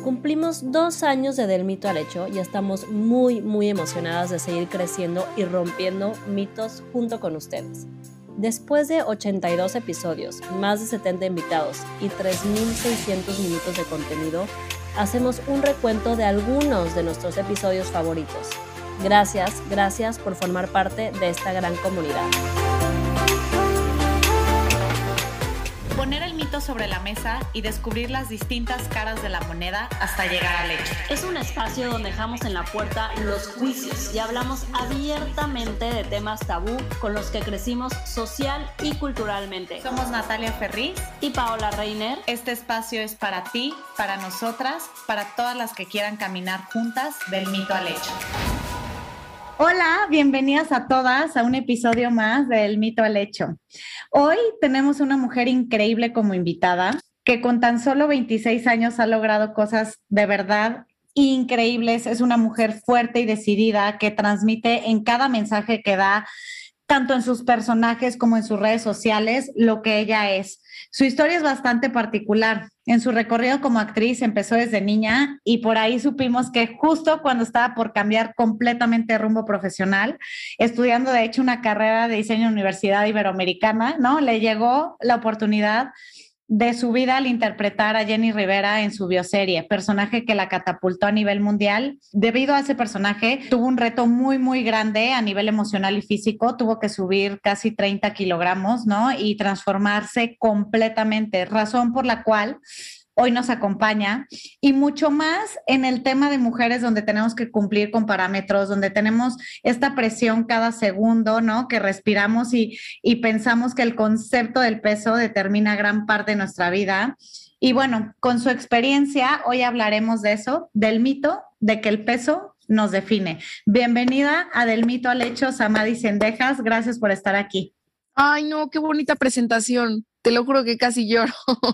Cumplimos 2 años de Del Mito al Hecho y estamos muy emocionadas de seguir creciendo y rompiendo mitos junto con ustedes. Después de 82 episodios, más de 70 invitados y 3,600 minutos de contenido, hacemos un recuento de algunos de nuestros episodios favoritos. Gracias por formar parte de esta gran comunidad. Poner el mito sobre la mesa y descubrir las distintas caras de la moneda hasta llegar al hecho. Es un espacio donde dejamos en la puerta los juicios y hablamos abiertamente de temas tabú con los que crecimos social y culturalmente. Somos Natalia Ferriz y Paola Reiner. Este espacio es para ti, para nosotras, para todas las que quieran caminar juntas del mito al hecho. Hola, bienvenidas a todas a un episodio más del Mito al Hecho. Hoy tenemos una mujer increíble como invitada que con tan solo 26 años ha logrado cosas de verdad increíbles. Es una mujer fuerte y decidida que transmite en cada mensaje que da, tanto en sus personajes como en sus redes sociales, lo que ella es. Su historia es bastante particular. En su recorrido como actriz empezó desde niña y por ahí supimos que justo cuando estaba por cambiar completamente de rumbo profesional, estudiando de hecho una carrera de diseño en la Universidad Iberoamericana, ¿no? Le llegó la oportunidad de su vida al interpretar a Jenny Rivera en su bioserie, personaje que la catapultó a nivel mundial. Debido a ese personaje, tuvo un reto muy grande a nivel emocional y físico. Tuvo que subir casi 30 kilogramos, ¿no? Y transformarse completamente, razón por la cual hoy nos acompaña, y mucho más en el tema de mujeres donde tenemos que cumplir con parámetros, donde tenemos esta presión cada segundo, ¿no? Que respiramos y pensamos que el concepto del peso determina gran parte de nuestra vida. Y bueno, con su experiencia, hoy hablaremos de eso, del mito de que el peso nos define. Bienvenida a Del Mito al Hecho, Samadhi Sendejas. Gracias por estar aquí. Ay, no, qué bonita presentación. Te lo juro que casi lloro.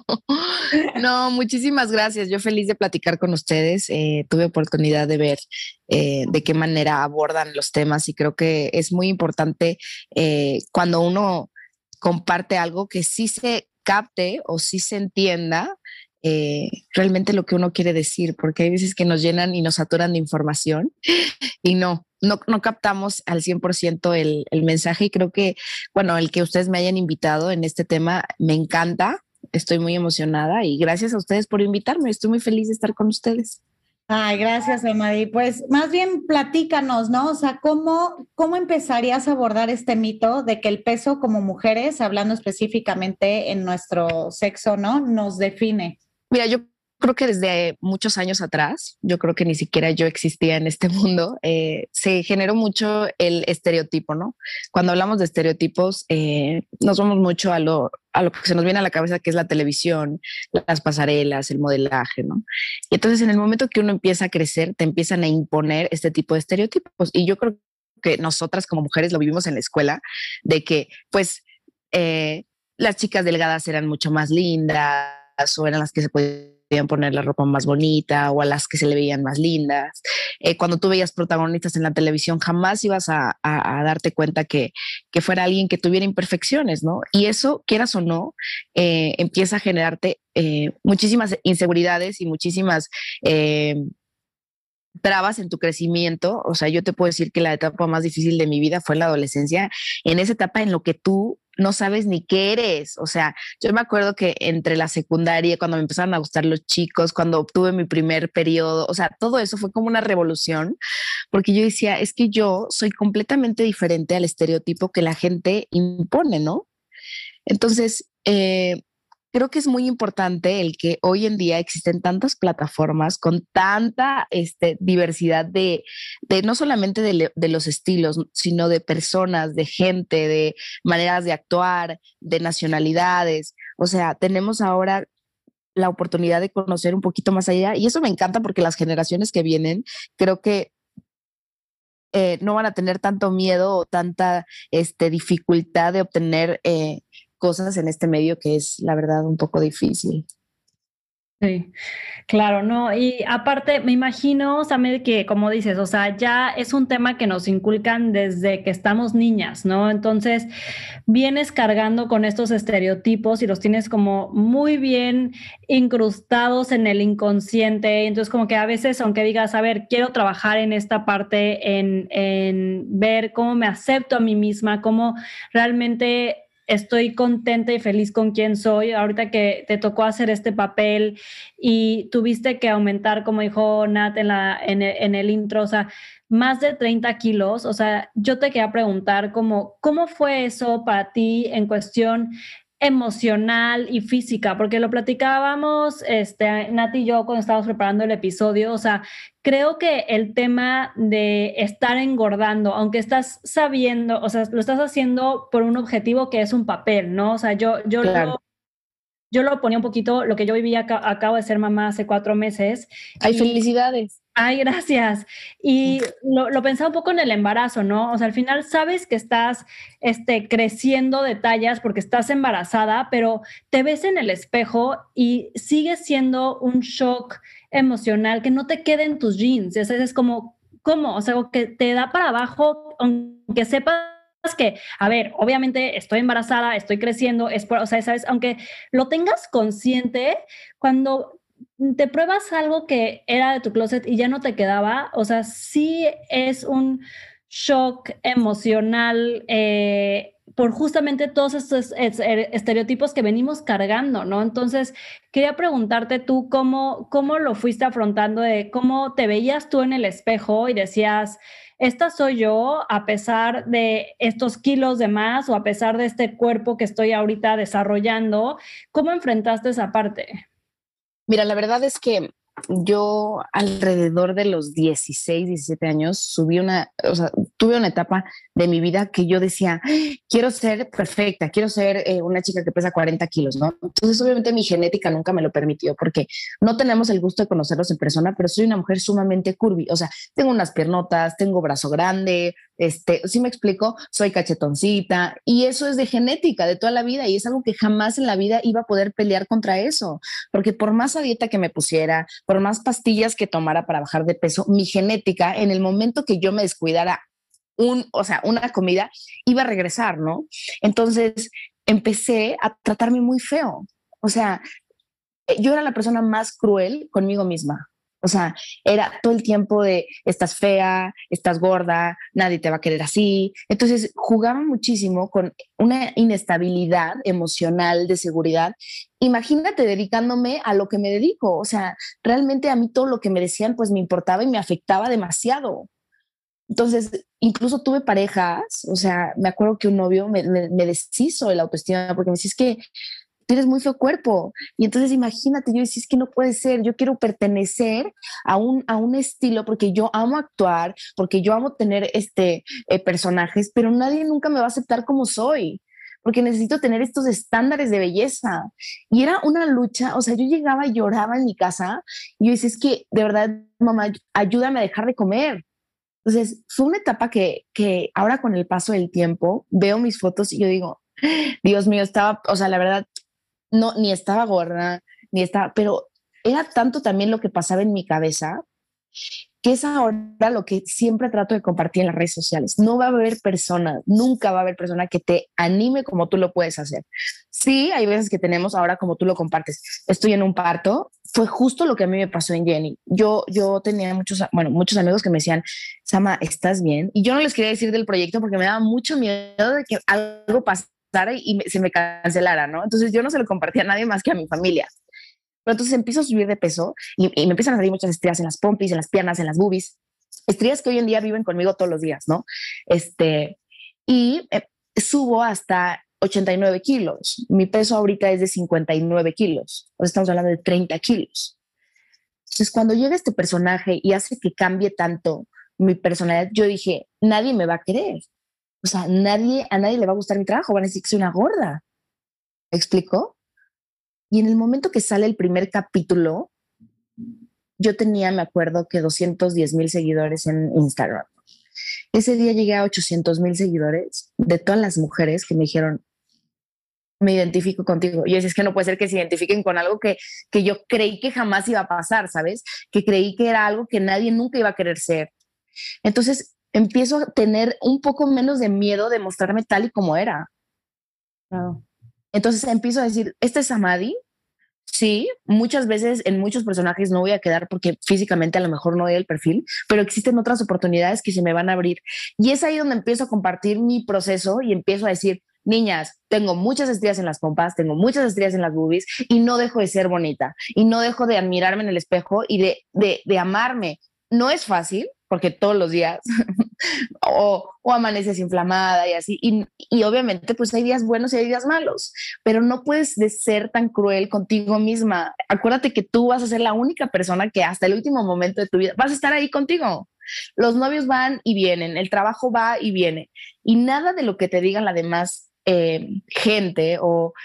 No, muchísimas gracias. Yo feliz de platicar con ustedes. Tuve oportunidad de ver de qué manera abordan los temas y creo que es muy importante cuando uno comparte algo que sí se capte o sí se entienda realmente lo que uno quiere decir, porque hay veces que nos llenan y nos saturan de información y no captamos al 100% el mensaje y creo que, bueno, el que ustedes me hayan invitado en este tema me encanta, estoy muy emocionada y gracias a ustedes por invitarme, estoy muy feliz de estar con ustedes. Ay, gracias, Amadi. Pues más bien platícanos, ¿no? O sea, ¿cómo empezarías a abordar este mito de que el peso como mujeres, hablando específicamente en nuestro sexo, ¿no? Nos define. Mira, yo creo que desde muchos años atrás, yo creo que ni siquiera yo existía en este mundo, se generó mucho el estereotipo, ¿no? Cuando hablamos de estereotipos, nos vamos mucho a lo que se nos viene a la cabeza, que es la televisión, las pasarelas, el modelaje, ¿no? Y entonces en el momento que uno empieza a crecer, te empiezan a imponer este tipo de estereotipos. Y yo creo que nosotras como mujeres lo vivimos en la escuela, de que pues las chicas delgadas eran mucho más lindas o eran las que se podían poner la ropa más bonita o a las que se le veían más lindas. Cuando tú veías protagonistas en la televisión, jamás ibas a darte cuenta que fuera alguien que tuviera imperfecciones, ¿no? Y eso, quieras o no, empieza a generarte muchísimas inseguridades y muchísimas trabas en tu crecimiento. O sea, yo te puedo decir que la etapa más difícil de mi vida fue la adolescencia, en esa etapa en lo que tú no sabes ni qué eres. O sea, yo me acuerdo que entre la secundaria, cuando me empezaron a gustar los chicos, cuando obtuve mi primer periodo, o sea, todo eso fue como una revolución, porque yo decía, es que yo soy completamente diferente al estereotipo que la gente impone, ¿no? Entonces, creo que es muy importante el que hoy en día existen tantas plataformas con tanta diversidad de no solamente de los estilos, sino de personas, de gente, de maneras de actuar, de nacionalidades. O sea, tenemos ahora la oportunidad de conocer un poquito más allá y eso me encanta porque las generaciones que vienen creo que no van a tener tanto miedo o tanta dificultad de obtener cosas en este medio que es, la verdad, un poco difícil. Sí, claro, no, y aparte me imagino, Samuel, que como dices, o sea, ya es un tema que nos inculcan desde que estamos niñas, ¿no? Entonces, vienes cargando con estos estereotipos y los tienes como muy bien incrustados en el inconsciente, entonces como que a veces, aunque digas, a ver, quiero trabajar en esta parte, en ver cómo me acepto a mí misma, cómo realmente estoy contenta y feliz con quien soy. Ahorita que te tocó hacer este papel y tuviste que aumentar, como dijo Nat en el intro, o sea, más de 30 kilos. O sea, yo te quería preguntar cómo fue eso para ti en cuestión emocional y física, porque lo platicábamos, Nat y yo cuando estábamos preparando el episodio. O sea, creo que el tema de estar engordando, aunque estás sabiendo, o sea, lo estás haciendo por un objetivo que es un papel, ¿no? O sea, Claro. yo lo ponía un poquito, lo que yo vivía, acabo de ser mamá hace 4 meses. Ay, felicidades. Ay, gracias. Y lo pensaba un poco en el embarazo, ¿no? O sea, al final sabes que estás creciendo de tallas porque estás embarazada, pero te ves en el espejo y sigue siendo un shock emocional que no te quede en tus jeans. Es como, ¿cómo? O sea, que te da para abajo, aunque sepas que, a ver, obviamente estoy embarazada, estoy creciendo, o sea, sabes, aunque lo tengas consciente, cuando te pruebas algo que era de tu closet y ya no te quedaba, o sea, sí es un shock emocional por justamente todos estos estereotipos que venimos cargando, ¿no? Entonces, quería preguntarte tú cómo lo fuiste afrontando, de cómo te veías tú en el espejo y decías, esta soy yo a pesar de estos kilos de más o a pesar de este cuerpo que estoy ahorita desarrollando. ¿Cómo enfrentaste esa parte? Mira, la verdad es que yo alrededor de los 16, 17 años o sea, tuve una etapa de mi vida que yo decía, quiero ser perfecta, quiero ser una chica que pesa 40 kilos, ¿no? Entonces, obviamente mi genética nunca me lo permitió porque no tenemos el gusto de conocerlos en persona, pero soy una mujer sumamente curvy, o sea, tengo unas piernotas, tengo brazo grande, ¿sí me explico? Soy cachetoncita y eso es de genética de toda la vida y es algo que jamás en la vida iba a poder pelear contra eso, porque por más a dieta que me pusiera, por más pastillas que tomara para bajar de peso, mi genética en el momento que yo me descuidara o sea, una comida, iba a regresar, ¿no? Entonces empecé a tratarme muy feo. O sea, yo era la persona más cruel conmigo misma. O sea, era todo el tiempo de estás fea, estás gorda, nadie te va a querer así. Entonces jugaba muchísimo con una inestabilidad emocional de seguridad. Imagínate dedicándome a lo que me dedico. O sea, realmente a mí todo lo que me decían pues me importaba y me afectaba demasiado. Entonces, incluso tuve parejas, o sea, me acuerdo que un novio me deshizo de la autoestima porque me decía, es que tienes muy feo cuerpo. Y entonces imagínate, yo decía, es que no puede ser, yo quiero pertenecer a un estilo porque yo amo actuar, porque yo amo tener personajes, pero nadie nunca me va a aceptar como soy, porque necesito tener estos estándares de belleza. Y era una lucha, o sea, yo llegaba y lloraba en mi casa y yo decía, es que de verdad, mamá, ayúdame a dejar de comer. Entonces, fue una etapa que ahora con el paso del tiempo veo mis fotos y yo digo, Dios mío, estaba, o sea, la verdad, no, ni estaba gorda, ni estaba, pero era tanto también lo que pasaba en mi cabeza, que es ahora lo que siempre trato de compartir en las redes sociales. No va a haber persona, nunca va a haber persona que te anime como tú lo puedes hacer. Sí, hay veces que tenemos ahora como tú lo compartes. Estoy en un parto, fue justo lo que a mí me pasó en Jenny. Yo tenía muchos amigos que me decían, Sama, ¿estás bien? Y yo no les quería decir del proyecto porque me daba mucho miedo de que algo pasara y se me cancelara, ¿no? Entonces yo no se lo compartía a nadie más que a mi familia. Pero entonces empiezo a subir de peso y me empiezan a salir muchas estrías en las pompis, en las piernas, en las boobies. Estrías que hoy en día viven conmigo todos los días, ¿no? Y subo hasta 89 kilos. Mi peso ahorita es de 59 kilos. O sea, estamos hablando de 30 kilos. Entonces, cuando llega este personaje y hace que cambie tanto mi personalidad, yo dije, nadie me va a querer. O sea, a nadie le va a gustar mi trabajo. Van a decir que soy una gorda. ¿Me explico? Y en el momento que sale el primer capítulo, yo tenía, me acuerdo, que 210,000 seguidores en Instagram. Ese día llegué a 800,000 seguidores de todas las mujeres que me dijeron, me identifico contigo. Y es que no puede ser que se identifiquen con algo que yo creí que jamás iba a pasar, ¿sabes? Que creí que era algo que nadie nunca iba a querer ser. Entonces empiezo a tener un poco menos de miedo de mostrarme tal y como era. Claro. Entonces empiezo a decir, ¿esta es Amadi? Sí, muchas veces en muchos personajes no voy a quedar porque físicamente a lo mejor no doy el perfil, pero existen otras oportunidades que se me van a abrir. Y es ahí donde empiezo a compartir mi proceso y empiezo a decir, niñas, tengo muchas estrías en las pompas, tengo muchas estrías en las boobies y no dejo de ser bonita y no dejo de admirarme en el espejo y de amarme. No es fácil porque todos los días o amaneces inflamada y así. Y obviamente pues hay días buenos y hay días malos, pero no puedes de ser tan cruel contigo misma. Acuérdate que tú vas a ser la única persona que hasta el último momento de tu vida vas a estar ahí contigo. Los novios van y vienen, el trabajo va y viene, y nada de lo que te digan la demás gente o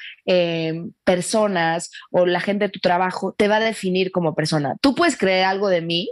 personas o la gente de tu trabajo te va a definir como persona. Tú puedes creer algo de mí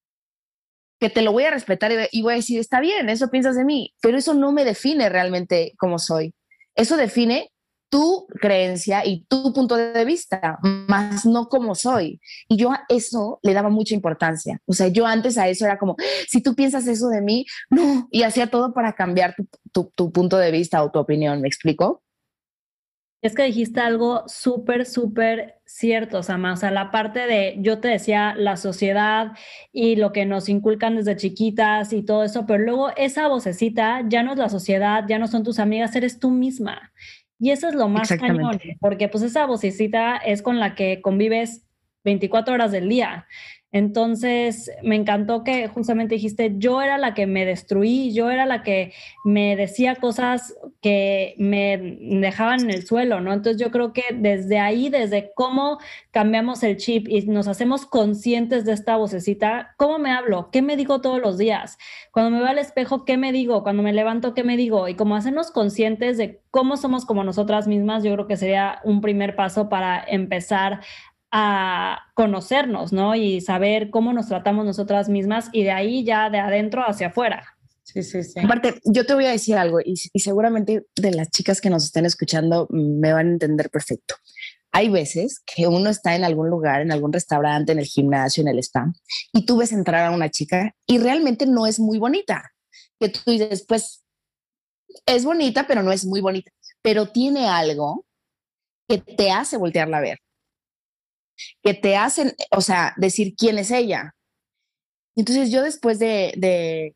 que te lo voy a respetar y voy a decir, está bien, eso piensas de mí, pero eso no me define realmente como soy. Eso define tu creencia y tu punto de vista, más no como soy. Y yo a eso le daba mucha importancia. O sea, yo antes a eso era como, si tú piensas eso de mí, no, y hacía todo para cambiar tu punto de vista o tu opinión, ¿me explico? Es que dijiste algo súper, súper cierto, Sama. O sea, la parte de, yo te decía, la sociedad y lo que nos inculcan desde chiquitas y todo eso, pero luego esa vocecita ya no es la sociedad, ya no son tus amigas, eres tú misma. Y eso es lo más cañón, porque pues esa vocecita es con la que convives 24 horas del día. Entonces, me encantó que justamente dijiste, yo era la que me destruí, yo era la que me decía cosas que me dejaban en el suelo, ¿no? Entonces, yo creo que desde ahí, desde cómo cambiamos el chip y nos hacemos conscientes de esta vocecita, ¿cómo me hablo? ¿Qué me digo todos los días? Cuando me veo al espejo, ¿qué me digo? Cuando me levanto, ¿qué me digo? Y como hacernos conscientes de cómo somos como nosotras mismas, yo creo que sería un primer paso para empezar a conocernos, ¿no? Y saber cómo nos tratamos nosotras mismas y de ahí ya de adentro hacia afuera. Sí, sí, sí. Aparte, yo te voy a decir algo y seguramente de las chicas que nos están escuchando me van a entender perfecto. Hay veces que uno está en algún lugar, en algún restaurante, en el gimnasio, en el spa, y tú ves entrar a una chica y realmente no es muy bonita. Que tú dices, pues, es bonita, pero no es muy bonita. Pero tiene algo que te hace voltearla a ver, que te hacen, o sea, decir quién es ella. Entonces yo después de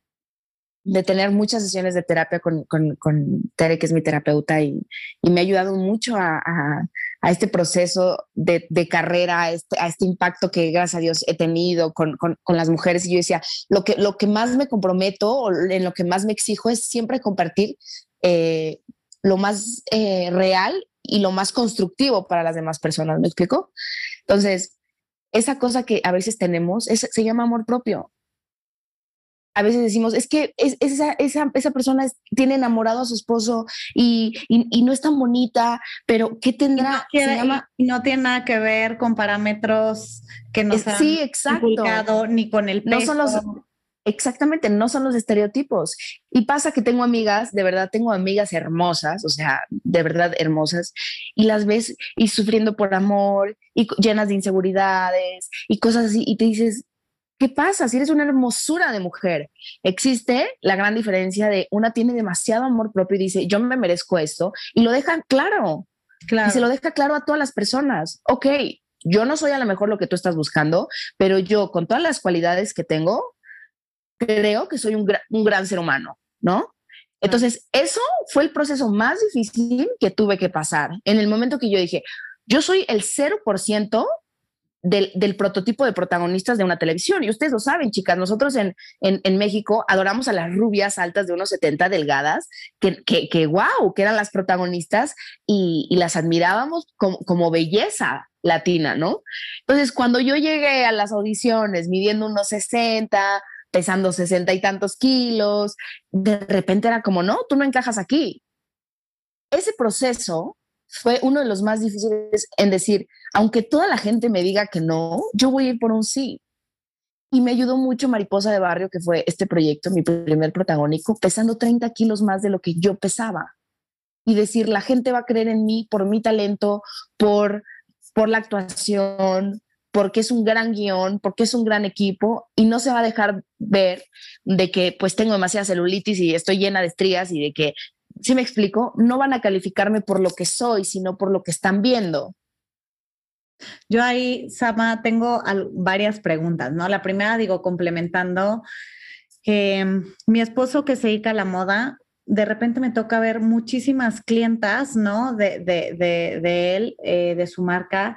tener muchas sesiones de terapia con Tere, que es mi terapeuta, y me ha ayudado mucho a este proceso de carrera, a este impacto que gracias a Dios he tenido con las mujeres. Y yo decía, lo que más me comprometo o en lo que más me exijo es siempre compartir lo más real y lo más constructivo para las demás personas. ¿Me explico? Entonces, esa cosa que a veces tenemos se llama amor propio. A veces decimos, es que esa persona tiene enamorado a su esposo y no es tan bonita, pero ¿qué tendrá? Y no tiene nada que ver con parámetros que nos han inculcado, ni con el peso. Exactamente, no son los estereotipos. Y pasa que tengo amigas, de verdad, tengo amigas hermosas, o sea, de verdad hermosas, y las ves y sufriendo por amor y llenas de inseguridades y cosas así, y te dices, ¿qué pasa si eres una hermosura de mujer? Existe la gran diferencia de una tiene demasiado amor propio y dice, yo me merezco esto, y lo deja claro. Y se lo deja claro a todas las personas. Ok, yo no soy a lo mejor lo que tú estás buscando, pero yo con todas las cualidades que tengo, creo que soy un gran ser humano, ¿no? Entonces, eso fue el proceso más difícil que tuve que pasar. En el momento que yo dije, yo soy el 0% del prototipo de protagonistas de una televisión. Y ustedes lo saben, chicas, nosotros en México adoramos a las rubias altas de 1,70 delgadas, que wow, que eran las protagonistas y las admirábamos como belleza latina, ¿no? Entonces, cuando yo llegué a las audiciones midiendo 1,60, pesando 60 y tantos kilos, de repente era como, no, tú no encajas aquí. Ese proceso fue uno de los más difíciles en decir, aunque toda la gente me diga que no, yo voy a ir por un sí. Y me ayudó mucho Mariposa de Barrio, que fue este proyecto, mi primer protagónico, pesando 30 kilos más de lo que yo pesaba. y decir, la gente va a creer en mí por mi talento, por la actuación, porque es un gran guión, porque es un gran equipo, y no se va a dejar ver de que pues tengo demasiada celulitis y estoy llena de estrías y de que, ¿sí me explico? No van a calificarme por lo que soy, sino por lo que están viendo. Yo ahí, Sama, tengo varias preguntas, ¿no? La primera, digo, complementando, mi esposo que se dedica a la moda, de repente me toca ver muchísimas clientas, ¿no? De él, de su marca,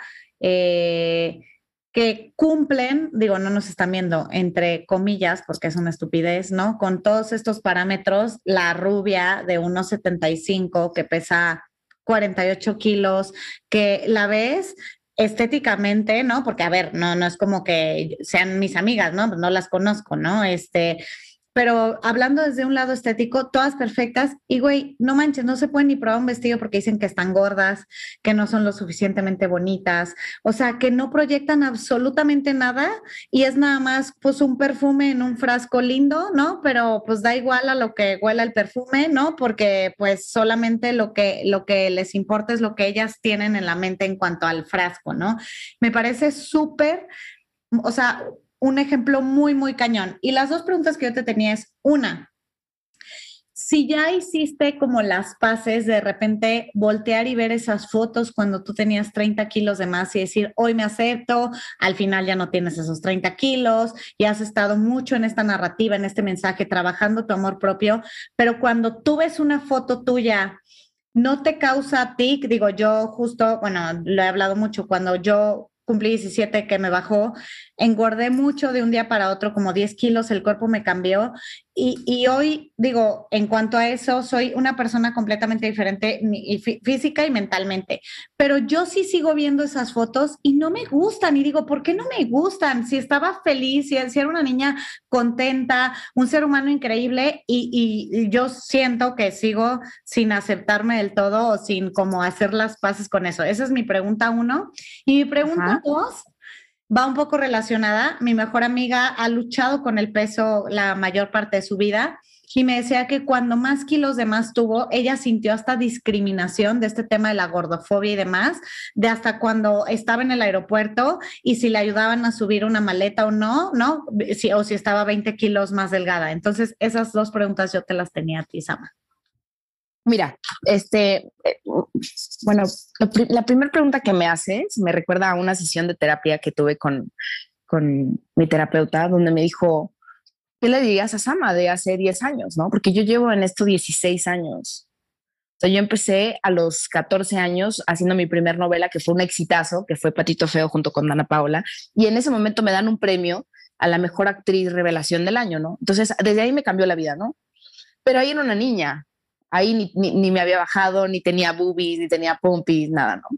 que cumplen, digo, no nos están viendo, entre comillas, porque es una estupidez, ¿no? Con todos estos parámetros, la rubia de 1,75 que pesa 48 kilos, que la ves estéticamente, ¿no? Porque, a ver, no es como que sean mis amigas, ¿no? No las conozco, ¿no? Pero hablando desde un lado estético, todas perfectas y, güey, no manches, no se pueden ni probar un vestido porque dicen que están gordas, que no son lo suficientemente bonitas, o sea, que no proyectan absolutamente nada y es nada más, pues, un perfume en un frasco lindo, ¿no? Pero, pues, da igual a lo que huela el perfume, ¿no? Porque, pues, solamente lo que les importa es lo que ellas tienen en la mente en cuanto al frasco, ¿no? Me parece súper, o sea, un ejemplo muy, muy cañón. Y las dos preguntas que yo te tenía es, una, si ya hiciste como las paces de repente voltear y ver esas fotos cuando tú tenías 30 kilos de más y decir, hoy me acepto, al final ya no tienes esos 30 kilos y has estado mucho en esta narrativa, en este mensaje, trabajando tu amor propio, pero cuando tú ves una foto tuya, ¿no te causa tic? Digo, yo justo, bueno, lo he hablado mucho, cuando yo cumplí 17 que me bajó, engordé mucho de un día para otro, como 10 kilos, el cuerpo me cambió y hoy, digo, en cuanto a eso, soy una persona completamente diferente física y mentalmente, pero yo sí sigo viendo esas fotos y no me gustan y digo, ¿por qué no me gustan? Si estaba feliz, si era una niña contenta, un ser humano increíble y yo siento que sigo sin aceptarme del todo o sin como hacer las paces con eso. Esa es mi pregunta uno. Y mi pregunta dos va un poco relacionada. Mi mejor amiga ha luchado con el peso la mayor parte de su vida y me decía que cuando más kilos de más tuvo, ella sintió hasta discriminación de este tema de la gordofobia y demás, de hasta cuando estaba en el aeropuerto y si le ayudaban a subir una maleta o no, ¿no? O si estaba 20 kilos más delgada. Entonces, esas dos preguntas yo te las tenía a ti, Sama. Mira, bueno, la primera pregunta que me haces me recuerda a una sesión de terapia que tuve con mi terapeuta, donde me dijo, ¿qué le dirías a Sama de hace 10 años? ¿No? Porque yo llevo en esto 16 años. O sea, yo empecé a los 14 años haciendo mi primer novela, que fue un exitazo, que fue Patito Feo junto con Dana Paola, y en ese momento me dan un premio a la mejor actriz revelación del año, ¿no? Entonces, desde ahí me cambió la vida, ¿no? Pero ahí era una niña. Ahí ni me había bajado, ni tenía boobies, ni tenía pompis, nada, ¿no?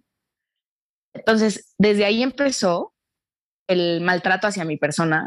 Entonces, desde ahí empezó el maltrato hacia mi persona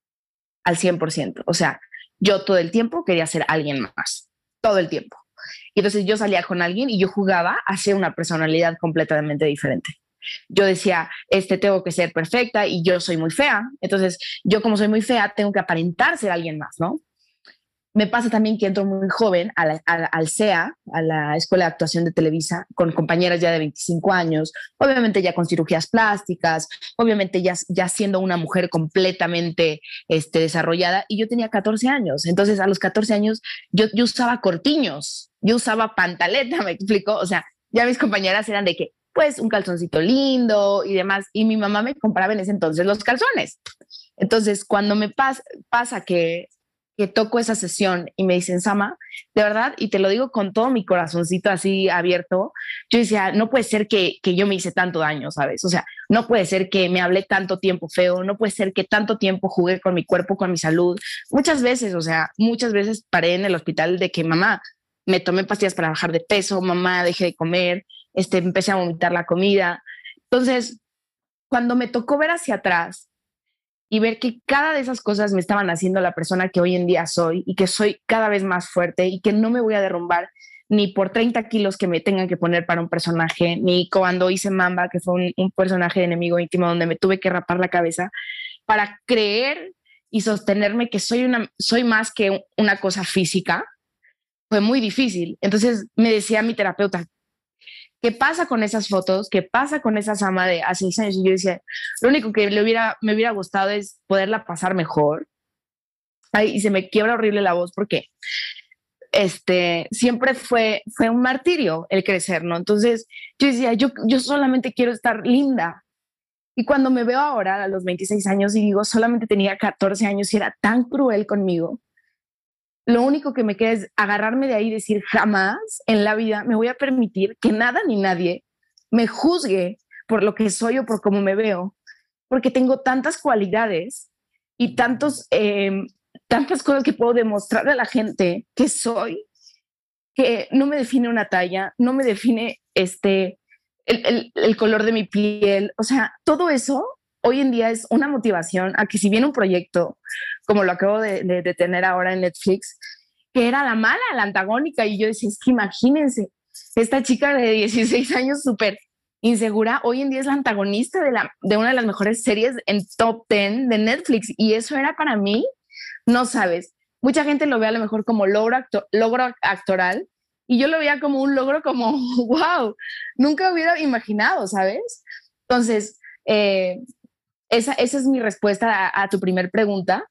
al 100%. O sea, yo todo el tiempo quería ser alguien más, todo el tiempo. Y entonces yo salía con alguien y yo jugaba a ser una personalidad completamente diferente. Yo decía, tengo que ser perfecta y yo soy muy fea. Entonces, yo como soy muy fea, tengo que aparentar ser alguien más, ¿no? Me pasa también que entro muy joven al CEA, a la Escuela de Actuación de Televisa, con compañeras ya de 25 años, obviamente ya con cirugías plásticas, obviamente ya siendo una mujer completamente desarrollada, y yo tenía 14 años. Entonces, a los 14 años, yo usaba cortiños, yo usaba pantaleta, ¿me explico? O sea, ya mis compañeras eran de que, pues, un calzoncito lindo y demás, y mi mamá me compraba en ese entonces los calzones. Entonces, cuando me pasa que toco esa sesión y me dicen, Sama, de verdad, y te lo digo con todo mi corazoncito así abierto, yo decía, no puede ser que yo me hice tanto daño, ¿sabes? O sea, no puede ser que me hablé tanto tiempo feo, no puede ser que tanto tiempo jugué con mi cuerpo, con mi salud. Muchas veces paré en el hospital de que, mamá, me tomé pastillas para bajar de peso, mamá, dejé de comer, empecé a vomitar la comida. Entonces, cuando me tocó ver hacia atrás y ver que cada de esas cosas me estaban haciendo la persona que hoy en día soy y que soy cada vez más fuerte y que no me voy a derrumbar ni por 30 kilos que me tengan que poner para un personaje, ni cuando hice Mamba, que fue un personaje de enemigo íntimo donde me tuve que rapar la cabeza para creer y sostenerme que soy más que una cosa física. fue muy difícil. Entonces me decía mi terapeuta, ¿qué pasa con esas fotos? ¿Qué pasa con esa Sama de hace 6 años? Y yo decía, lo único que me hubiera gustado es poderla pasar mejor. Ay, y se me quiebra horrible la voz porque siempre fue un martirio el crecer, ¿no? Entonces yo decía, yo solamente quiero estar linda. Y cuando me veo ahora a los 26 años y digo, solamente tenía 14 años y era tan cruel conmigo, lo único que me queda es agarrarme de ahí y decir, jamás en la vida me voy a permitir que nada ni nadie me juzgue por lo que soy o por cómo me veo, porque tengo tantas cualidades y tantas cosas que puedo demostrarle a la gente que soy, que no me define una talla, no me define el color de mi piel. O sea, todo eso hoy en día es una motivación a que si viene un proyecto, como lo acabo de tener ahora en Netflix, que era la mala, la antagónica, y yo decía, es que imagínense, esta chica de 16 años súper insegura, hoy en día es la antagonista de una de las mejores series en top 10 de Netflix, y eso era para mí, no sabes, mucha gente lo ve a lo mejor como logro actoral, y yo lo veía como un logro como, wow, nunca hubiera imaginado, ¿sabes? Entonces, esa es mi respuesta a tu primer pregunta,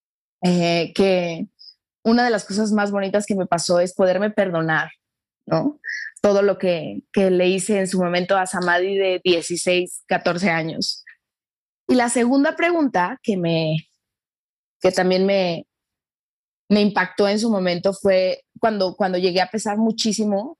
que una de las cosas más bonitas que me pasó es poderme perdonar, ¿no? Todo lo que le hice en su momento a Samadhi de 16, 14 años. Y la segunda pregunta que también me impactó en su momento fue cuando llegué a pesar muchísimo.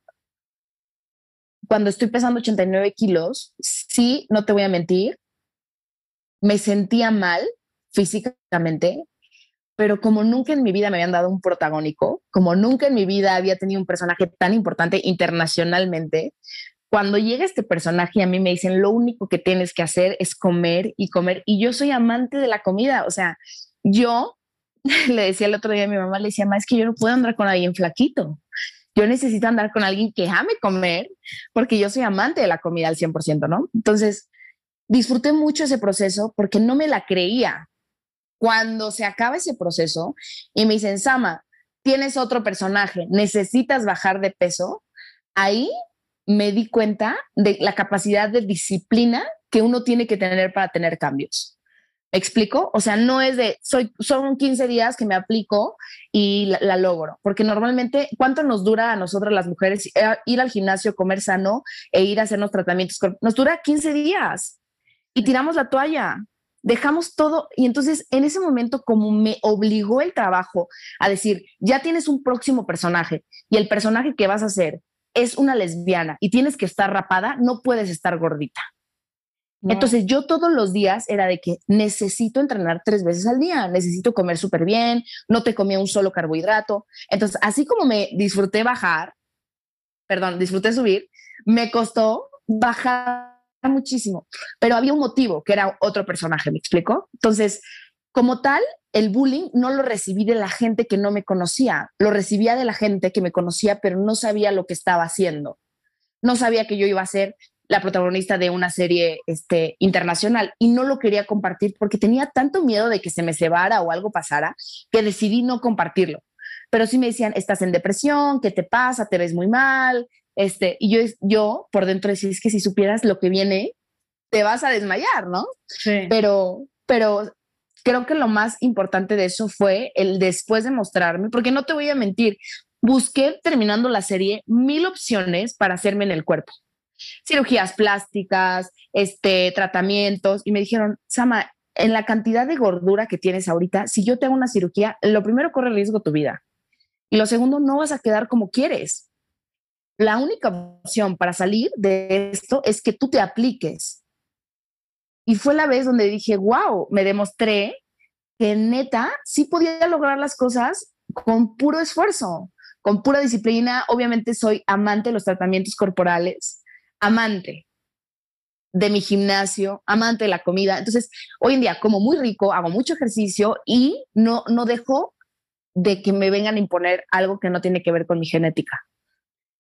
Cuando estoy pesando 89 kilos, sí, no te voy a mentir, me sentía mal físicamente, pero como nunca en mi vida me habían dado un protagónico, como nunca en mi vida había tenido un personaje tan importante internacionalmente, cuando llega este personaje y a mí me dicen, lo único que tienes que hacer es comer y comer, y yo soy amante de la comida, o sea, yo le decía el otro día a mi mamá, le decía, mamá, es que yo no puedo andar con alguien flaquito, yo necesito andar con alguien que ame comer, porque yo soy amante de la comida al 100%, ¿no? Entonces, disfruté mucho ese proceso porque no me la creía. Cuando se acaba ese proceso y me dicen, Sama, tienes otro personaje, necesitas bajar de peso, ahí me di cuenta de la capacidad de disciplina que uno tiene que tener para tener cambios. ¿Me explico? O sea, no es son 15 días que me aplico y la logro, porque normalmente, ¿cuánto nos dura a nosotras las mujeres ir al gimnasio, comer sano e ir a hacernos tratamientos? Nos dura 15 días y tiramos la toalla, dejamos todo. Y entonces, en ese momento, como me obligó el trabajo a decir, ya tienes un próximo personaje y el personaje que vas a hacer es una lesbiana y tienes que estar rapada, no puedes estar gordita. No. Entonces yo todos los días era de que necesito entrenar 3 veces al día, necesito comer súper bien, no te comía un solo carbohidrato. Entonces, así como me disfruté subir, me costó bajar muchísimo, pero había un motivo que era otro personaje, ¿me explico? Entonces, como tal, el bullying no lo recibí de la gente que no me conocía, lo recibía de la gente que me conocía, pero no sabía lo que estaba haciendo. No sabía que yo iba a ser la protagonista de una serie internacional y no lo quería compartir porque tenía tanto miedo de que se me cebara o algo pasara que decidí no compartirlo. Pero sí me decían, estás en depresión, ¿qué te pasa? Te ves muy mal. Y yo por dentro decía, es que si supieras lo que viene, te vas a desmayar, ¿no? Sí. Pero creo que lo más importante de eso fue el después de mostrarme, porque no te voy a mentir, busqué terminando la serie 1000 opciones para hacerme en el cuerpo. Cirugías plásticas, tratamientos, y me dijeron, Sama, en la cantidad de gordura que tienes ahorita, si yo te hago una cirugía, lo primero corre riesgo tu vida y lo segundo no vas a quedar como quieres. La única opción para salir de esto es que tú te apliques. Y fue la vez donde dije, wow, me demostré que neta sí podía lograr las cosas con puro esfuerzo, con pura disciplina. Obviamente soy amante de los tratamientos corporales, amante de mi gimnasio, amante de la comida. Entonces, hoy en día como muy rico, hago mucho ejercicio y no dejo de que me vengan a imponer algo que no tiene que ver con mi genética.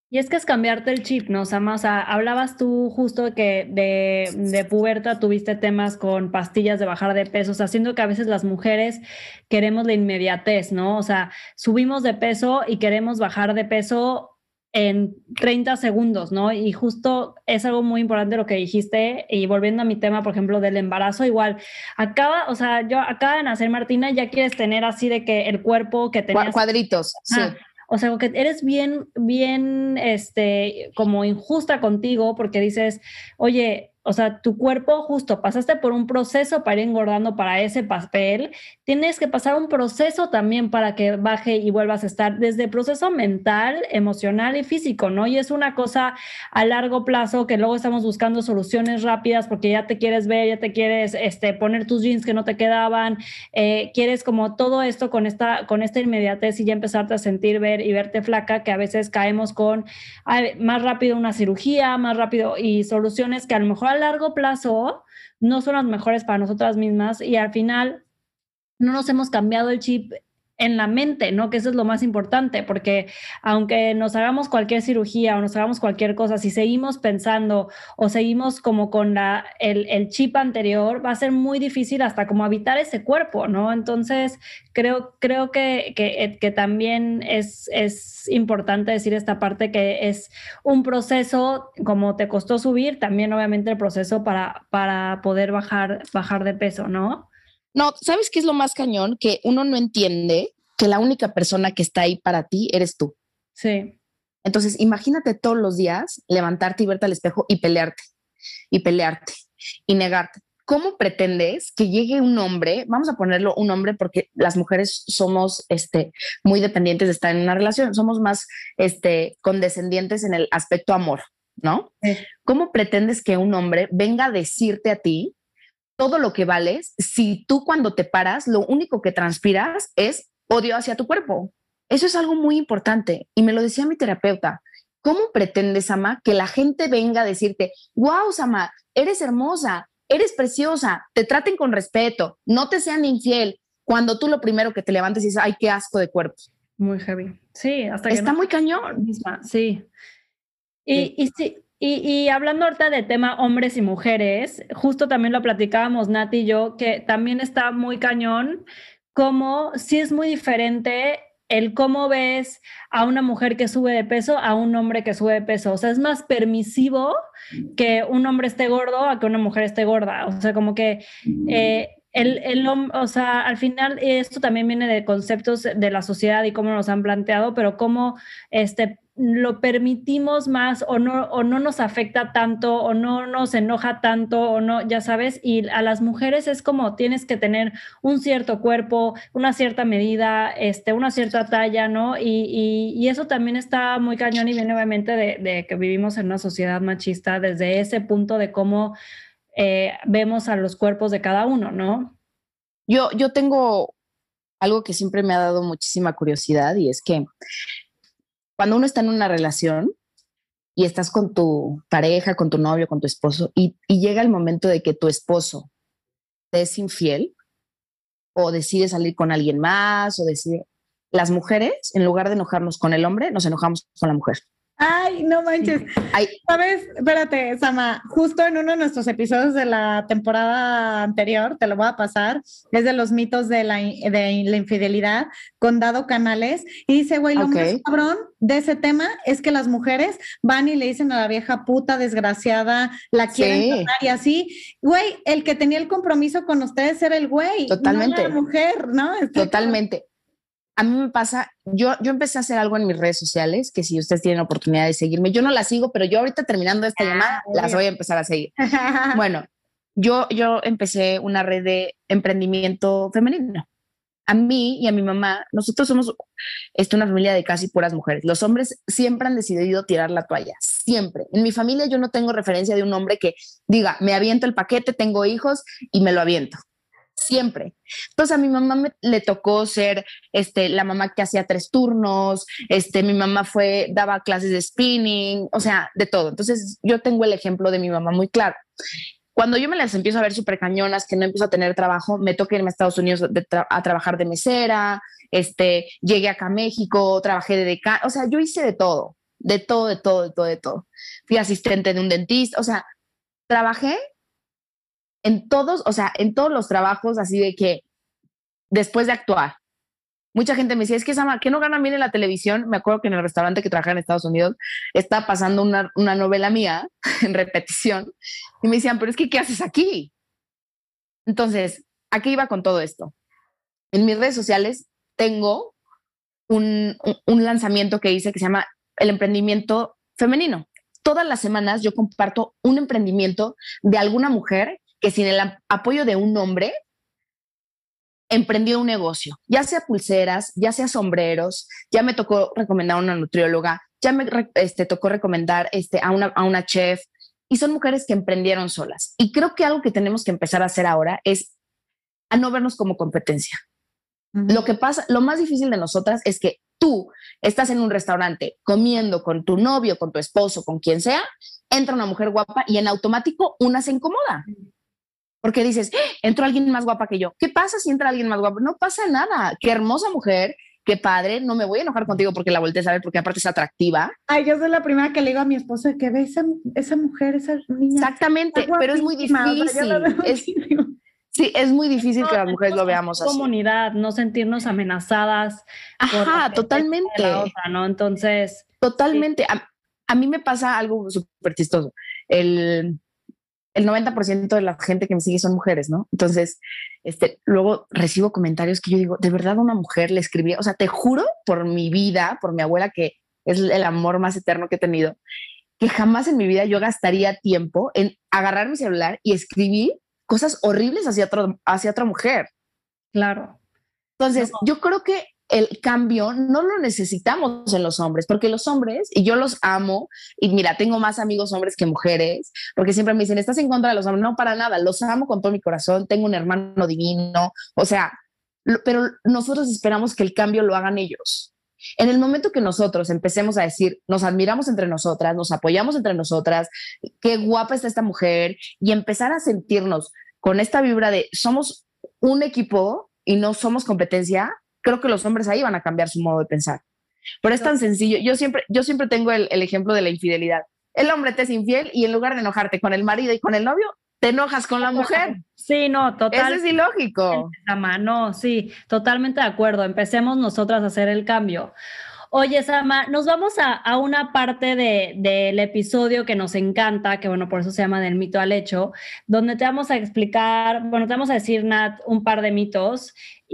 Y es que es cambiarte el chip, ¿no, Sama? O sea, hablabas tú justo que de puberta tuviste temas con pastillas de bajar de peso, o sea, siendo que a veces las mujeres queremos la inmediatez, ¿no? O sea, subimos de peso y queremos bajar de peso en 30 segundos, ¿no? Y justo es algo muy importante lo que dijiste, y volviendo a mi tema, por ejemplo, del embarazo, igual, acaba de nacer Martina, ya quieres tener así de que el cuerpo que tenías... Cuadritos, sí. O sea, que eres bien, como injusta contigo porque dices, oye, o sea, tu cuerpo justo pasaste por un proceso para ir engordando para ese papel, tienes que pasar un proceso también para que baje y vuelvas a estar desde el proceso mental, emocional y físico, ¿no? Y es una cosa a largo plazo que luego estamos buscando soluciones rápidas porque ya te quieres ver, ya te quieres poner tus jeans que no te quedaban, quieres como todo esto con esta inmediatez y ya empezarte a sentir, ver y verte flaca, que a veces caemos con más rápido una cirugía, más rápido y soluciones que a lo mejor a largo plazo no son las mejores para nosotras mismas y al final no nos hemos cambiado el chip en la mente, ¿no? Que eso es lo más importante, porque aunque nos hagamos cualquier cirugía o nos hagamos cualquier cosa, si seguimos pensando o seguimos como con el chip anterior, va a ser muy difícil hasta como habitar ese cuerpo, ¿no? Entonces, creo que también es importante decir esta parte que es un proceso, como te costó subir, también obviamente el proceso para poder bajar de peso, ¿no? No, ¿sabes qué es lo más cañón? Que uno no entiende que la única persona que está ahí para ti eres tú. Sí. Entonces, imagínate todos los días levantarte y verte al espejo y pelearte y negarte. ¿Cómo pretendes que llegue un hombre? Vamos a ponerlo un hombre porque las mujeres somos muy dependientes de estar en una relación, somos más condescendientes en el aspecto amor, ¿no? Sí. ¿Cómo pretendes que un hombre venga a decirte a ti todo lo que vales si tú cuando te paras lo único que transpiras es odio hacia tu cuerpo? Eso es algo muy importante y me lo decía mi terapeuta. ¿Cómo pretendes, Sama, que la gente venga a decirte, wow, Sama, eres hermosa, eres preciosa, te traten con respeto, no te sean infiel, cuando tú lo primero que te levantes y dices, ay, qué asco de cuerpo? Muy heavy. Sí, hasta que está muy cañón. Misma. Sí. Y hablando ahorita de tema hombres y mujeres, justo también lo platicábamos Nati y yo, que también está muy cañón, como sí es muy diferente el cómo ves a una mujer que sube de peso a un hombre que sube de peso. O sea, es más permisivo que un hombre esté gordo a que una mujer esté gorda. O sea, como que o sea, al final esto también viene de conceptos de la sociedad y cómo nos han planteado, pero cómo lo permitimos más o no nos afecta tanto o no nos enoja tanto o no, ya sabes, y a las mujeres es como tienes que tener un cierto cuerpo, una cierta medida, una cierta talla, ¿no? Y eso también está muy cañón y viene obviamente de que vivimos en una sociedad machista desde ese punto de cómo vemos a los cuerpos de cada uno, ¿no? Yo tengo algo que siempre me ha dado muchísima curiosidad y es que cuando uno está en una relación y estás con tu pareja, con tu novio, con tu esposo y llega el momento de que tu esposo te es infiel o decide salir con alguien más o decide... Las mujeres, en lugar de enojarnos con el hombre, nos enojamos con la mujer. Ay, no manches. Ay. ¿Sabes? Espérate, Sama, justo en uno de nuestros episodios de la temporada anterior, te lo voy a pasar, es de los mitos de la infidelidad con Dado Canales, y dice, güey, lo más cabrón de ese tema es que las mujeres van y le dicen a la vieja puta desgraciada, la quieren tratar y así, güey, el que tenía el compromiso con ustedes era el güey, totalmente, no la mujer, ¿no? Totalmente. A mí me pasa, yo empecé a hacer algo en mis redes sociales, que si ustedes tienen oportunidad de seguirme, yo no las sigo, pero yo ahorita terminando esta llamada, las voy a empezar a seguir. Bueno, yo empecé una red de emprendimiento femenino. A mí y a mi mamá, nosotros somos una familia de casi puras mujeres. Los hombres siempre han decidido tirar la toalla, siempre. En mi familia yo no tengo referencia de un hombre que diga, me aviento el paquete, tengo hijos y me lo aviento. Siempre. Entonces a mi mamá le tocó ser la mamá que hacía 3 turnos, mi mamá daba clases de spinning, o sea, de todo. Entonces yo tengo el ejemplo de mi mamá muy claro. Cuando yo me las empiezo a ver súper cañonas, que no empiezo a tener trabajo, me toca irme a Estados Unidos a trabajar de mesera, llegué acá a México, trabajé de decana, o sea, yo hice de todo. de todo, de todo, de todo, de todo. Fui asistente de un dentista, o sea, trabajé en todos, o sea, en todos los trabajos, así de que después de actuar, mucha gente me decía, es que Sama, ¿qué no gana bien en la televisión? Me acuerdo que en el restaurante que trabajaba en Estados Unidos estaba pasando una novela mía en repetición y me decían, pero es que, ¿qué haces aquí? Entonces, ¿a qué iba con todo esto? En mis redes sociales tengo un lanzamiento que hice que se llama El Emprendimiento Femenino. Todas las semanas yo comparto un emprendimiento de alguna mujer que sin el apoyo de un hombre emprendió un negocio, ya sea pulseras, ya sea sombreros, ya me tocó recomendar a una nutrióloga, ya me tocó recomendar a una chef, y son mujeres que emprendieron solas. Y creo que algo que tenemos que empezar a hacer ahora es a no vernos como competencia. Lo que pasa, lo más difícil de nosotras es que tú estás en un restaurante comiendo con tu novio, con tu esposo, con quien sea, entra una mujer guapa y en automático una se incomoda. Porque dices, entró alguien más guapa que yo. ¿Qué pasa si entra alguien más guapo? No pasa nada. Qué hermosa mujer, qué padre. No me voy a enojar contigo porque la voltees a ver, porque aparte es atractiva. Ay, yo soy la primera que le digo a mi esposo que ve esa mujer, esa niña. Exactamente, pero es muy difícil. Sí, es muy difícil que las mujeres lo veamos así. Comunidad, no sentirnos amenazadas. Ajá, totalmente. Otra, ¿no? Entonces. Totalmente. Sí. A mí me pasa algo súper chistoso. El 90% de la gente que me sigue son mujeres, ¿no? Entonces, luego recibo comentarios que yo digo, ¿de verdad una mujer le escribía? O sea, te juro por mi vida, por mi abuela, que es el amor más eterno que he tenido, que jamás en mi vida yo gastaría tiempo en agarrar mi celular y escribir cosas horribles hacia otra mujer. Claro. Entonces, yo creo que el cambio no lo necesitamos en los hombres, porque los hombres, y yo los amo, y mira, tengo más amigos hombres que mujeres, porque siempre me dicen, ¿estás en contra de los hombres? No, para nada, los amo con todo mi corazón, tengo un hermano divino, o sea, pero nosotros esperamos que el cambio lo hagan ellos. En el momento que nosotros empecemos a decir, nos admiramos entre nosotras, nos apoyamos entre nosotras, qué guapa está esta mujer, y empezar a sentirnos con esta vibra de somos un equipo y no somos competencia, creo que los hombres ahí van a cambiar su modo de pensar. Pero es tan sencillo. Yo siempre tengo el ejemplo de la infidelidad. El hombre te es infiel y en lugar de enojarte con el marido y con el novio, te enojas con la mujer. Sí, no, total. Eso es ilógico. No, sí, totalmente de acuerdo. Empecemos nosotras a hacer el cambio. Oye, Sama, nos vamos a una parte del episodio que nos encanta, que bueno, por eso se llama Del mito al hecho, donde te vamos a explicar, bueno, te vamos a decir, Nat, un par de mitos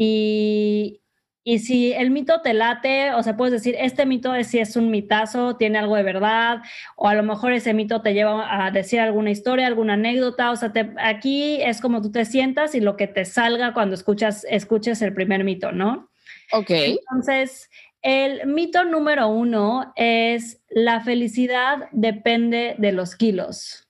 y si el mito te late, o sea, puedes decir, este mito si es un mitazo, tiene algo de verdad, o a lo mejor ese mito te lleva a decir alguna historia, alguna anécdota, o sea, aquí es como tú te sientas y lo que te salga cuando escuches el primer mito, ¿no? Ok. Entonces, el mito número 1 es la felicidad depende de los kilos.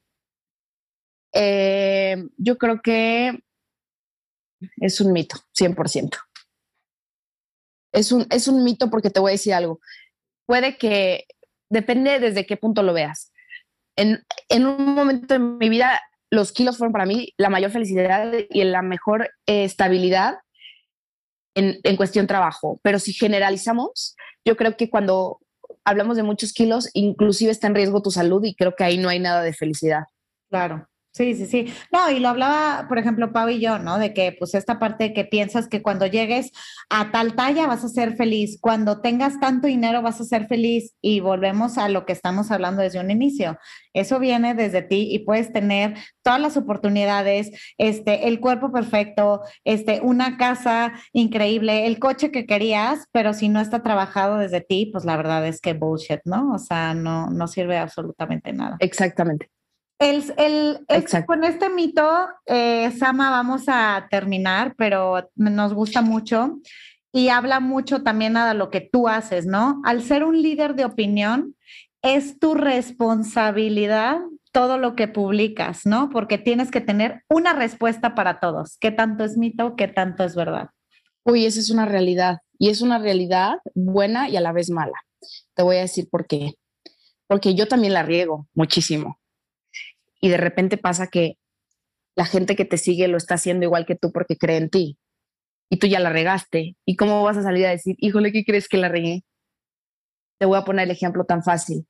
Yo creo que es un mito, 100%. Es un mito porque te voy a decir algo. Puede que, depende desde qué punto lo veas. En un momento de mi vida, los kilos fueron para mí la mayor felicidad y la mejor estabilidad en cuestión trabajo. Pero si generalizamos, yo creo que cuando hablamos de muchos kilos, inclusive está en riesgo tu salud y creo que ahí no hay nada de felicidad. Claro. Sí. No, y lo hablaba, por ejemplo, Pau y yo, ¿no? De que pues esta parte que piensas que cuando llegues a tal talla vas a ser feliz, cuando tengas tanto dinero vas a ser feliz y volvemos a lo que estamos hablando desde un inicio. Eso viene desde ti y puedes tener todas las oportunidades, el cuerpo perfecto, una casa increíble, el coche que querías, pero si no está trabajado desde ti, pues la verdad es que bullshit, ¿no? O sea, no sirve absolutamente nada. Exactamente. Con este mito, Sama, vamos a terminar, pero nos gusta mucho y habla mucho también a lo que tú haces, ¿no? Al ser un líder de opinión, es tu responsabilidad todo lo que publicas, ¿no? Porque tienes que tener una respuesta para todos. ¿Qué tanto es mito? ¿Qué tanto es verdad? Uy, esa es una realidad y es una realidad buena y a la vez mala. Te voy a decir por qué. Porque yo también la riego muchísimo. Y de repente pasa que la gente que te sigue lo está haciendo igual que tú porque cree en ti. Y tú ya la regaste. ¿Y cómo vas a salir a decir, híjole, ¿qué crees que la regué? Te voy a poner el ejemplo tan fácil.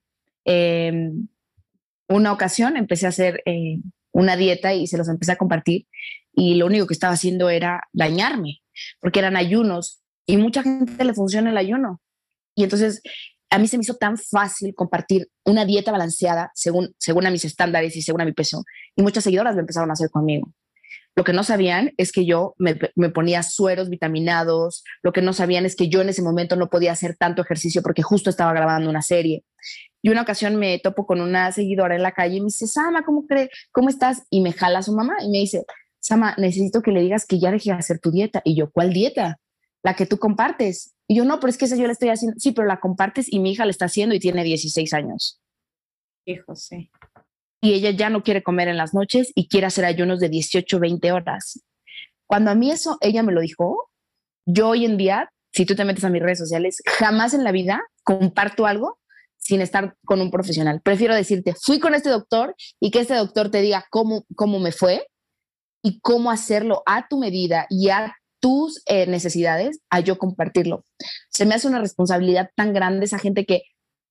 Una ocasión empecé a hacer una dieta y se los empecé a compartir y lo único que estaba haciendo era dañarme, porque eran ayunos y mucha gente le funciona el ayuno. Y entonces a mí se me hizo tan fácil compartir una dieta balanceada según a mis estándares y según a mi peso, y muchas seguidoras lo empezaron a hacer conmigo. Lo que no sabían es que yo me ponía sueros vitaminados. Lo que no sabían es que yo en ese momento no podía hacer tanto ejercicio porque justo estaba grabando una serie. Y una ocasión me topo con una seguidora en la calle y me dice, Sama, ¿cómo estás? Y me jala a su mamá y me dice, Sama, necesito que le digas que ya deje de hacer tu dieta. Y yo, ¿cuál dieta? La que tú compartes. Y yo, no, pero es que esa yo la estoy haciendo. Sí, pero la compartes y mi hija la está haciendo y tiene 16 años. Hijo, sí. Y ella ya no quiere comer en las noches y quiere hacer ayunos de 18, 20 horas. Cuando a mí eso, ella me lo dijo, yo hoy en día, si tú te metes a mis redes sociales, jamás en la vida comparto algo sin estar con un profesional. Prefiero decirte, fui con este doctor y que este doctor te diga cómo me fue y cómo hacerlo a tu medida y a tus necesidades, a yo compartirlo. Se me hace una responsabilidad tan grande esa gente que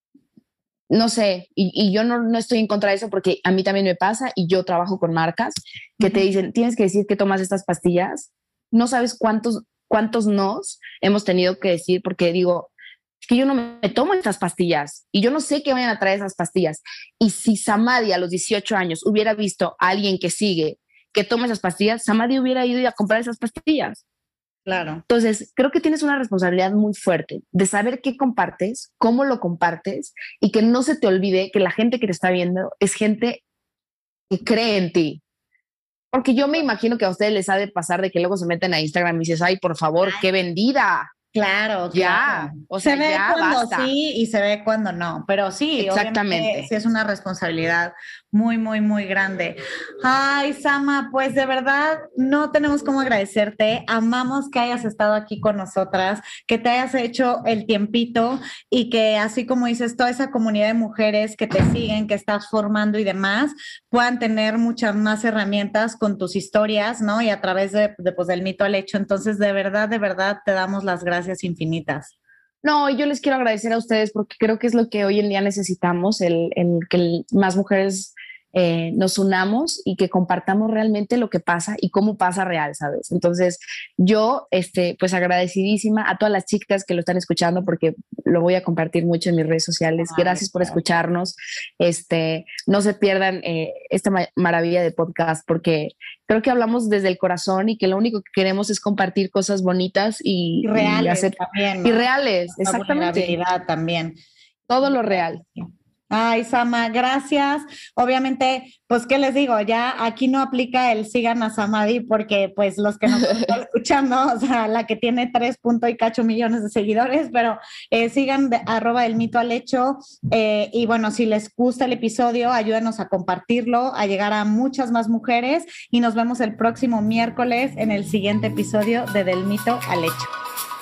no sé, y yo no estoy en contra de eso porque a mí también me pasa y yo trabajo con marcas que te dicen, tienes que decir que tomas estas pastillas. No sabes cuántos nos hemos tenido que decir porque digo, es que yo no me tomo estas pastillas y yo no sé qué vayan a traer esas pastillas. Y si Samadhi a los 18 años hubiera visto a alguien que sigue, que toma esas pastillas, Samadhi hubiera ido a comprar esas pastillas. Claro. Entonces, creo que tienes una responsabilidad muy fuerte de saber qué compartes, cómo lo compartes y que no se te olvide que la gente que te está viendo es gente que cree en ti. Porque yo me imagino que a ustedes les ha de pasar de que luego se meten a Instagram y dices, ay, por favor, qué vendida. Claro, ya. Claro. O sea, se ve ya cuando basta. sí y se ve cuando no, pero sí, exactamente. Sí es una responsabilidad muy, muy, muy grande. Ay, Sama, pues de verdad no tenemos cómo agradecerte. Amamos que hayas estado aquí con nosotras, que te hayas hecho el tiempito y que así como dices, toda esa comunidad de mujeres que te siguen, que estás formando y demás, puedan tener muchas más herramientas con tus historias, ¿no? Y a través pues, del mito al hecho. Entonces, de verdad, te damos las gracias infinitas. No, yo les quiero agradecer a ustedes porque creo que es lo que hoy en día necesitamos, el que más mujeres nos unamos y que compartamos realmente lo que pasa y cómo pasa real, ¿sabes? Entonces yo, pues agradecidísima a todas las chicas que lo están escuchando porque lo voy a compartir mucho en mis redes sociales. Gracias por escucharnos. No se pierdan esta maravilla de podcast porque creo que hablamos desde el corazón y que lo único que queremos es compartir cosas bonitas y reales y hacer, también, ¿no? Y reales, la exactamente. También. Todo lo real. Ay, Sama, gracias. Obviamente, pues, ¿qué les digo? Ya aquí no aplica el sigan a Samadhi porque, pues, los que nos están escuchando, o sea, la que tiene 3.8 millones de seguidores, pero sigan @el mito al hecho y bueno, si les gusta el episodio, ayúdenos a compartirlo, a llegar a muchas más mujeres y nos vemos el próximo miércoles en el siguiente episodio de Del Mito al Hecho.